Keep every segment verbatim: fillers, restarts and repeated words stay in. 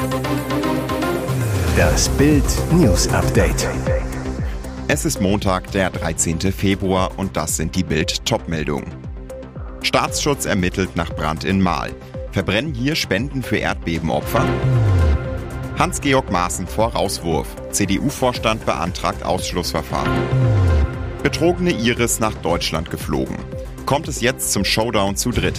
Das Bild News Update. Es ist Montag, der dreizehnten Februar und das sind die Bild-Top-Meldungen. Staatsschutz ermittelt nach Brand in Marl. Verbrennen hier Spenden für Erdbebenopfer? Hans-Georg Maaßen vor Rauswurf. C D U-Vorstand beantragt Ausschlussverfahren. Betrogene Iris nach Deutschland geflogen. Kommt es jetzt zum Showdown zu dritt?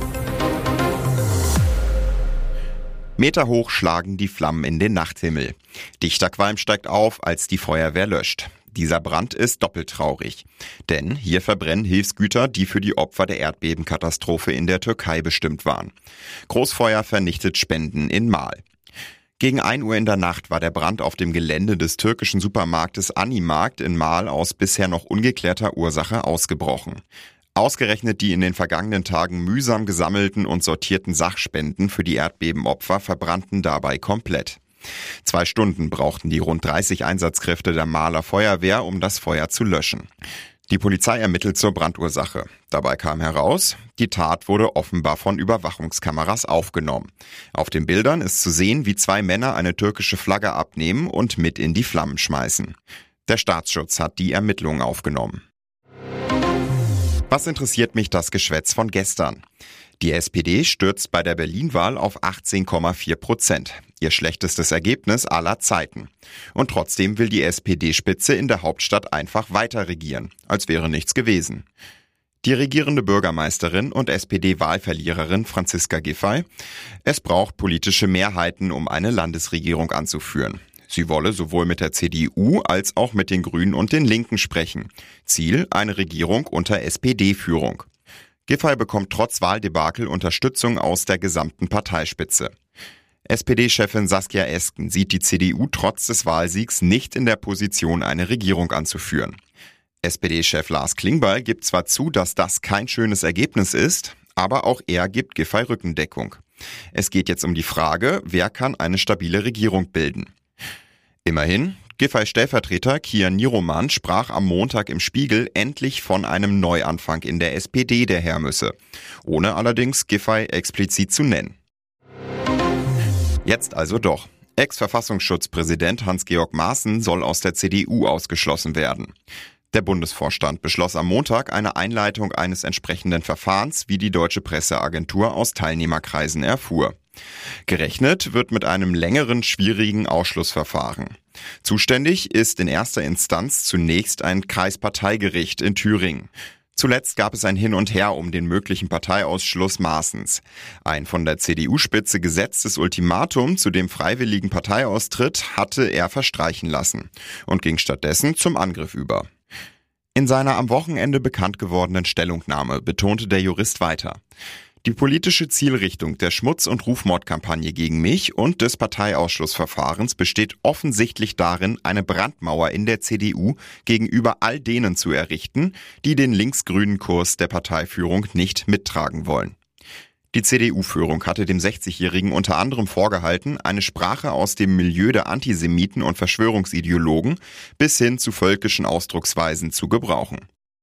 Meterhoch schlagen die Flammen in den Nachthimmel. Dichter Qualm steigt auf, als die Feuerwehr löscht. Dieser Brand ist doppelt traurig. Denn hier verbrennen Hilfsgüter, die für die Opfer der Erdbebenkatastrophe in der Türkei bestimmt waren. Großfeuer vernichtet Spenden in Marl. Gegen ein Uhr in der Nacht war der Brand auf dem Gelände des türkischen Supermarktes Animarkt in Marl aus bisher noch ungeklärter Ursache ausgebrochen. Ausgerechnet die in den vergangenen Tagen mühsam gesammelten und sortierten Sachspenden für die Erdbebenopfer verbrannten dabei komplett. Zwei Stunden brauchten die rund dreißig Einsatzkräfte der Marler Feuerwehr, um das Feuer zu löschen. Die Polizei ermittelt zur Brandursache. Dabei kam heraus, die Tat wurde offenbar von Überwachungskameras aufgenommen. Auf den Bildern ist zu sehen, wie zwei Männer eine türkische Flagge abnehmen und mit in die Flammen schmeißen. Der Staatsschutz hat die Ermittlungen aufgenommen. Was interessiert mich das Geschwätz von gestern? Die S P D stürzt bei der Berlin-Wahl auf achtzehn Komma vier Prozent. Ihr schlechtestes Ergebnis aller Zeiten. Und trotzdem will die S P D-Spitze in der Hauptstadt einfach weiter regieren, als wäre nichts gewesen. Die regierende Bürgermeisterin und S P D-Wahlverliererin Franziska Giffey: Es braucht politische Mehrheiten, um eine Landesregierung anzuführen. Sie wolle sowohl mit der C D U als auch mit den Grünen und den Linken sprechen. Ziel: eine Regierung unter S P D-Führung. Giffey bekommt trotz Wahldebakel Unterstützung aus der gesamten Parteispitze. S P D-Chefin Saskia Esken sieht die C D U trotz des Wahlsiegs nicht in der Position, eine Regierung anzuführen. S P D-Chef Lars Klingbeil gibt zwar zu, dass das kein schönes Ergebnis ist, aber auch er gibt Giffey Rückendeckung. Es geht jetzt um die Frage, wer kann eine stabile Regierung bilden. Immerhin, Giffey-Stellvertreter Kian Niroman sprach am Montag im Spiegel endlich von einem Neuanfang in der S P D, der her müsse, ohne allerdings Giffey explizit zu nennen. Jetzt also doch. Ex-Verfassungsschutzpräsident Hans-Georg Maaßen soll aus der C D U ausgeschlossen werden. Der Bundesvorstand beschloss am Montag eine Einleitung eines entsprechenden Verfahrens, wie die deutsche Presseagentur aus Teilnehmerkreisen erfuhr. Gerechnet wird mit einem längeren, schwierigen Ausschlussverfahren. Zuständig ist in erster Instanz zunächst ein Kreisparteigericht in Thüringen. Zuletzt gab es ein Hin und Her um den möglichen Parteiausschluss Maaßens. Ein von der C D U-Spitze gesetztes Ultimatum zu dem freiwilligen Parteiaustritt hatte er verstreichen lassen und ging stattdessen zum Angriff über. In seiner am Wochenende bekannt gewordenen Stellungnahme betonte der Jurist weiter: Die politische Zielrichtung der Schmutz- und Rufmordkampagne gegen mich und des Parteiausschlussverfahrens besteht offensichtlich darin, eine Brandmauer in der C D U gegenüber all denen zu errichten, die den linksgrünen Kurs der Parteiführung nicht mittragen wollen. Die C D U-Führung hatte dem sechzigjährigen unter anderem vorgehalten, eine Sprache aus dem Milieu der Antisemiten und Verschwörungsideologen bis hin zu völkischen Ausdrucksweisen zu gebrauchen.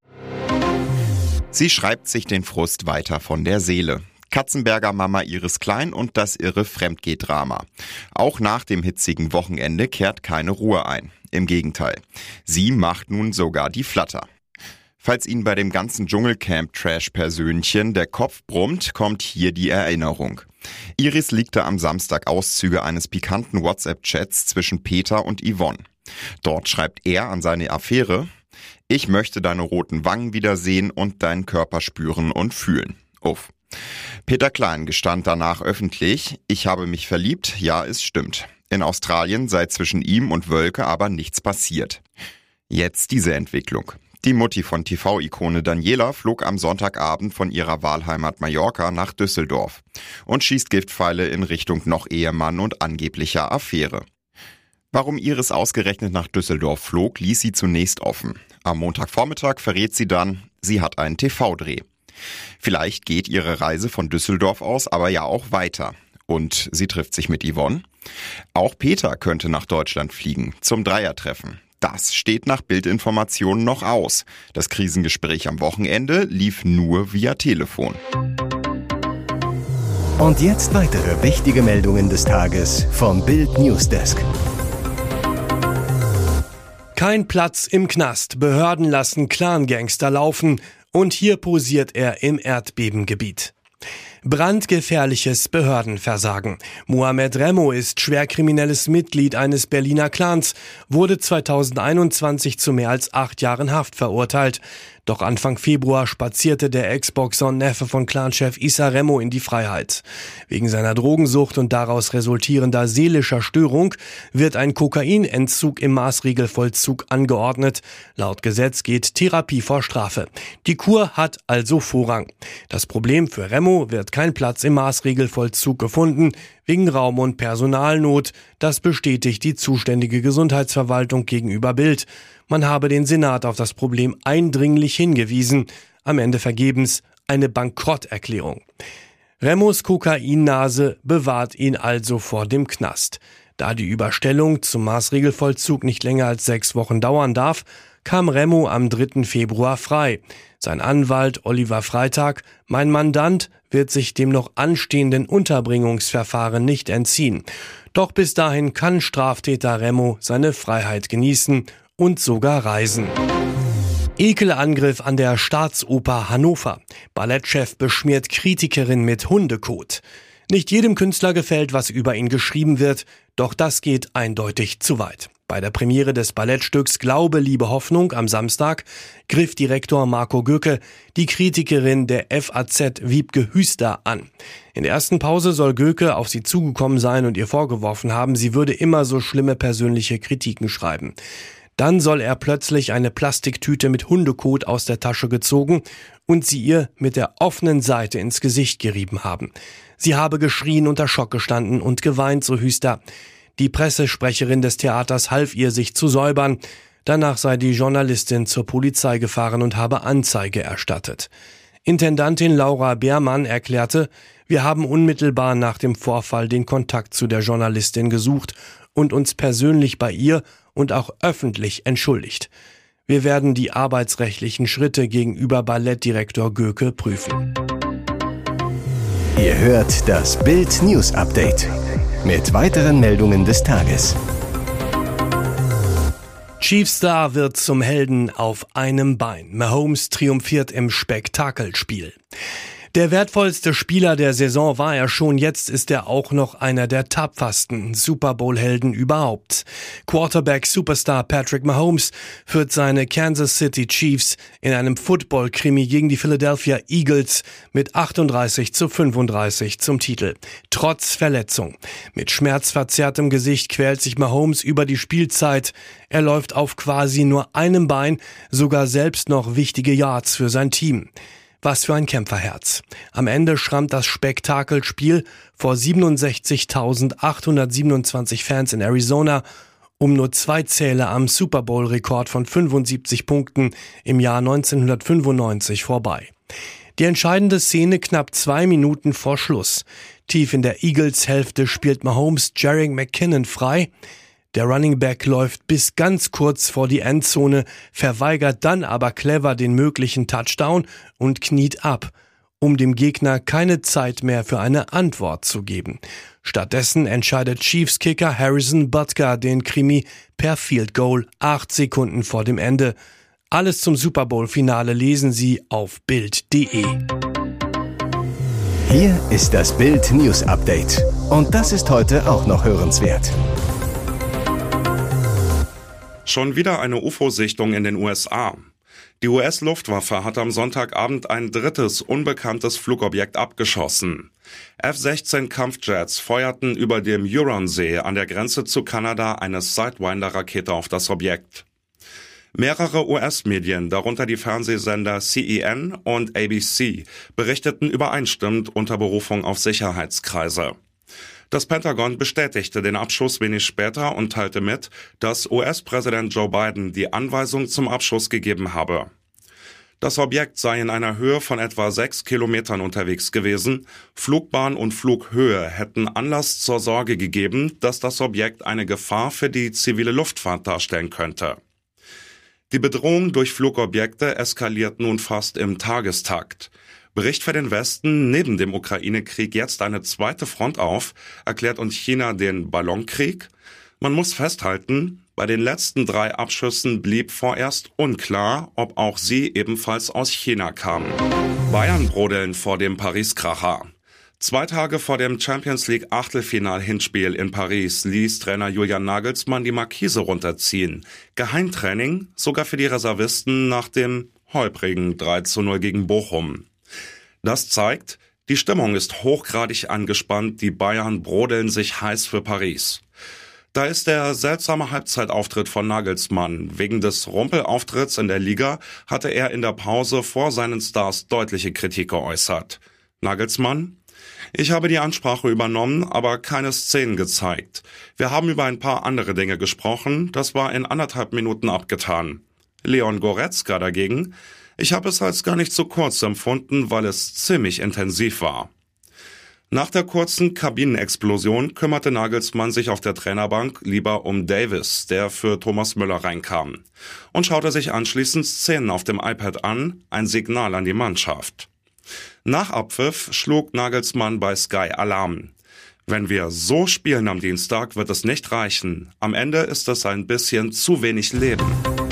Sie schreibt sich den Frust weiter von der Seele. Katzenberger Mama Iris Klein und das irre Fremdgeh-Drama. Auch nach dem hitzigen Wochenende kehrt keine Ruhe ein. Im Gegenteil. Sie macht nun sogar die Flatter. Falls Ihnen bei dem ganzen Dschungelcamp-Trash-Persönchen der Kopf brummt, kommt hier die Erinnerung. Iris leakte am Samstag Auszüge eines pikanten WhatsApp-Chats zwischen Peter und Yvonne. Dort schreibt er an seine Affäre: Ich möchte deine roten Wangen wiedersehen und deinen Körper spüren und fühlen. Uff. Peter Klein gestand danach öffentlich: Ich habe mich verliebt, ja, es stimmt. In Australien sei zwischen ihm und Wölke aber nichts passiert. Jetzt diese Entwicklung. Die Mutti von T V-Ikone Daniela flog am Sonntagabend von ihrer Wahlheimat Mallorca nach Düsseldorf und schießt Giftpfeile in Richtung noch Ehemann und angeblicher Affäre. Warum Iris ausgerechnet nach Düsseldorf flog, ließ sie zunächst offen. Am Montagvormittag verrät sie dann, sie hat einen T V-Dreh. Vielleicht geht ihre Reise von Düsseldorf aus aber ja auch weiter. Und sie trifft sich mit Yvonne. Auch Peter könnte nach Deutschland fliegen, zum Dreiertreffen. Das steht nach Bildinformationen noch aus. Das Krisengespräch am Wochenende lief nur via Telefon. Und jetzt weitere wichtige Meldungen des Tages vom Bild Newsdesk. Kein Platz im Knast. Behörden lassen Clan-Gangster laufen. Und hier posiert er im Erdbebengebiet. Brandgefährliches Behördenversagen. Mohamed Remo ist schwerkriminelles Mitglied eines Berliner Clans, wurde zweitausendeinundzwanzig zu mehr als acht Jahren Haft verurteilt. Doch Anfang Februar spazierte der Ex-Boxer und Neffe von Clanchef Issa Remo in die Freiheit. Wegen seiner Drogensucht und daraus resultierender seelischer Störung wird ein Kokainentzug im Maßregelvollzug angeordnet. Laut Gesetz geht Therapie vor Strafe. Die Kur hat also Vorrang. Das Problem für Remo: wird kein Platz im Maßregelvollzug gefunden, wegen Raum- und Personalnot. Das bestätigt die zuständige Gesundheitsverwaltung gegenüber Bild. Man habe den Senat auf das Problem eindringlich hingewiesen. Am Ende vergebens, eine Bankrotterklärung. Remos Kokainnase bewahrt ihn also vor dem Knast. Da die Überstellung zum Maßregelvollzug nicht länger als sechs Wochen dauern darf, kam Remo am dritten Februar frei. Sein Anwalt Oliver Freitag: Mein Mandant wird sich dem noch anstehenden Unterbringungsverfahren nicht entziehen. Doch bis dahin kann Straftäter Remo seine Freiheit genießen und sogar reisen. Ekelangriff an der Staatsoper Hannover. Ballettchef beschmiert Kritikerin mit Hundekot. Nicht jedem Künstler gefällt, was über ihn geschrieben wird, doch das geht eindeutig zu weit. Bei der Premiere des Ballettstücks Glaube, Liebe, Hoffnung am Samstag griff Direktor Marco Göke die Kritikerin der F A Z Wiebke Hüster an. In der ersten Pause soll Göke auf sie zugekommen sein und ihr vorgeworfen haben, sie würde immer so schlimme persönliche Kritiken schreiben. Dann soll er plötzlich eine Plastiktüte mit Hundekot aus der Tasche gezogen und sie ihr mit der offenen Seite ins Gesicht gerieben haben. Sie habe geschrien, unter Schock gestanden und geweint, so Hüster. Die Pressesprecherin des Theaters half ihr, sich zu säubern. Danach sei die Journalistin zur Polizei gefahren und habe Anzeige erstattet. Intendantin Laura Beermann erklärte: Wir haben unmittelbar nach dem Vorfall den Kontakt zu der Journalistin gesucht und uns persönlich bei ihr und auch öffentlich entschuldigt. Wir werden die arbeitsrechtlichen Schritte gegenüber Ballettdirektor Göke prüfen. Ihr hört das Bild News Update mit weiteren Meldungen des Tages. Chiefs-Star wird zum Helden auf einem Bein. Mahomes triumphiert im Spektakelspiel. Der wertvollste Spieler der Saison war er schon, jetzt ist er auch noch einer der tapfersten Super Bowl-Helden überhaupt. Quarterback-Superstar Patrick Mahomes führt seine Kansas City Chiefs in einem Football-Krimi gegen die Philadelphia Eagles mit achtunddreißig zu fünfunddreißig zum Titel. Trotz Verletzung. Mit schmerzverzerrtem Gesicht quält sich Mahomes über die Spielzeit. Er läuft auf quasi nur einem Bein, sogar selbst noch wichtige Yards für sein Team. Was für ein Kämpferherz. Am Ende schrammt das Spektakelspiel vor siebenundsechzigtausendachthundertsiebenundzwanzig Fans in Arizona um nur zwei Zähle am Super Bowl-Rekord von fünfundsiebzig Punkten im Jahr neunzehnhundertfünfundneunzig vorbei. Die entscheidende Szene knapp zwei Minuten vor Schluss. Tief in der Eagles-Hälfte spielt Mahomes Jerick McKinnon frei. Der Running Back läuft bis ganz kurz vor die Endzone, verweigert dann aber clever den möglichen Touchdown und kniet ab, um dem Gegner keine Zeit mehr für eine Antwort zu geben. Stattdessen entscheidet Chiefs-Kicker Harrison Butker den Krimi per Field Goal acht Sekunden vor dem Ende. Alles zum Super Bowl-Finale lesen Sie auf bild punkt de. Hier ist das Bild News Update. Und das ist heute auch noch hörenswert. Schon wieder eine U F O-Sichtung in den U S A. Die U S-Luftwaffe hat am Sonntagabend ein drittes unbekanntes Flugobjekt abgeschossen. F sechzehn Kampfjets feuerten über dem Huronsee an der Grenze zu Kanada eine Sidewinder-Rakete auf das Objekt. Mehrere U S-Medien, darunter die Fernsehsender C E N und A B C, berichteten übereinstimmend unter Berufung auf Sicherheitskreise. Das Pentagon bestätigte den Abschuss wenig später und teilte mit, dass U S-Präsident Joe Biden die Anweisung zum Abschuss gegeben habe. Das Objekt sei in einer Höhe von etwa sechs Kilometern unterwegs gewesen. Flugbahn und Flughöhe hätten Anlass zur Sorge gegeben, dass das Objekt eine Gefahr für die zivile Luftfahrt darstellen könnte. Die Bedrohung durch Flugobjekte eskaliert nun fast im Tagestakt. Bricht für den Westen neben dem Ukraine-Krieg jetzt eine zweite Front auf? Erklärt uns China den Ballonkrieg? Man muss festhalten, bei den letzten drei Abschüssen blieb vorerst unklar, ob auch sie ebenfalls aus China kamen. Bayern brodeln vor dem Paris-Kracher. Zwei Tage vor dem Champions League Achtelfinal-Hinspiel in Paris ließ Trainer Julian Nagelsmann die Markise runterziehen. Geheimtraining sogar für die Reservisten nach dem holprigen drei zu null gegen Bochum. Das zeigt, die Stimmung ist hochgradig angespannt, die Bayern brodeln sich heiß für Paris. Da ist der seltsame Halbzeitauftritt von Nagelsmann. Wegen des Rumpelauftritts in der Liga hatte er in der Pause vor seinen Stars deutliche Kritik geäußert. Nagelsmann: Ich habe die Ansprache übernommen, aber keine Szenen gezeigt. Wir haben über ein paar andere Dinge gesprochen, das war in anderthalb Minuten abgetan. Leon Goretzka dagegen: Ich habe es als gar nicht so kurz empfunden, weil es ziemlich intensiv war. Nach der kurzen Kabinenexplosion kümmerte Nagelsmann sich auf der Trainerbank lieber um Davis, der für Thomas Müller reinkam, und schaute sich anschließend Szenen auf dem iPad an, ein Signal an die Mannschaft. Nach Abpfiff schlug Nagelsmann bei Sky Alarm. Wenn wir so spielen am Dienstag, wird es nicht reichen. Am Ende ist es ein bisschen zu wenig Leben.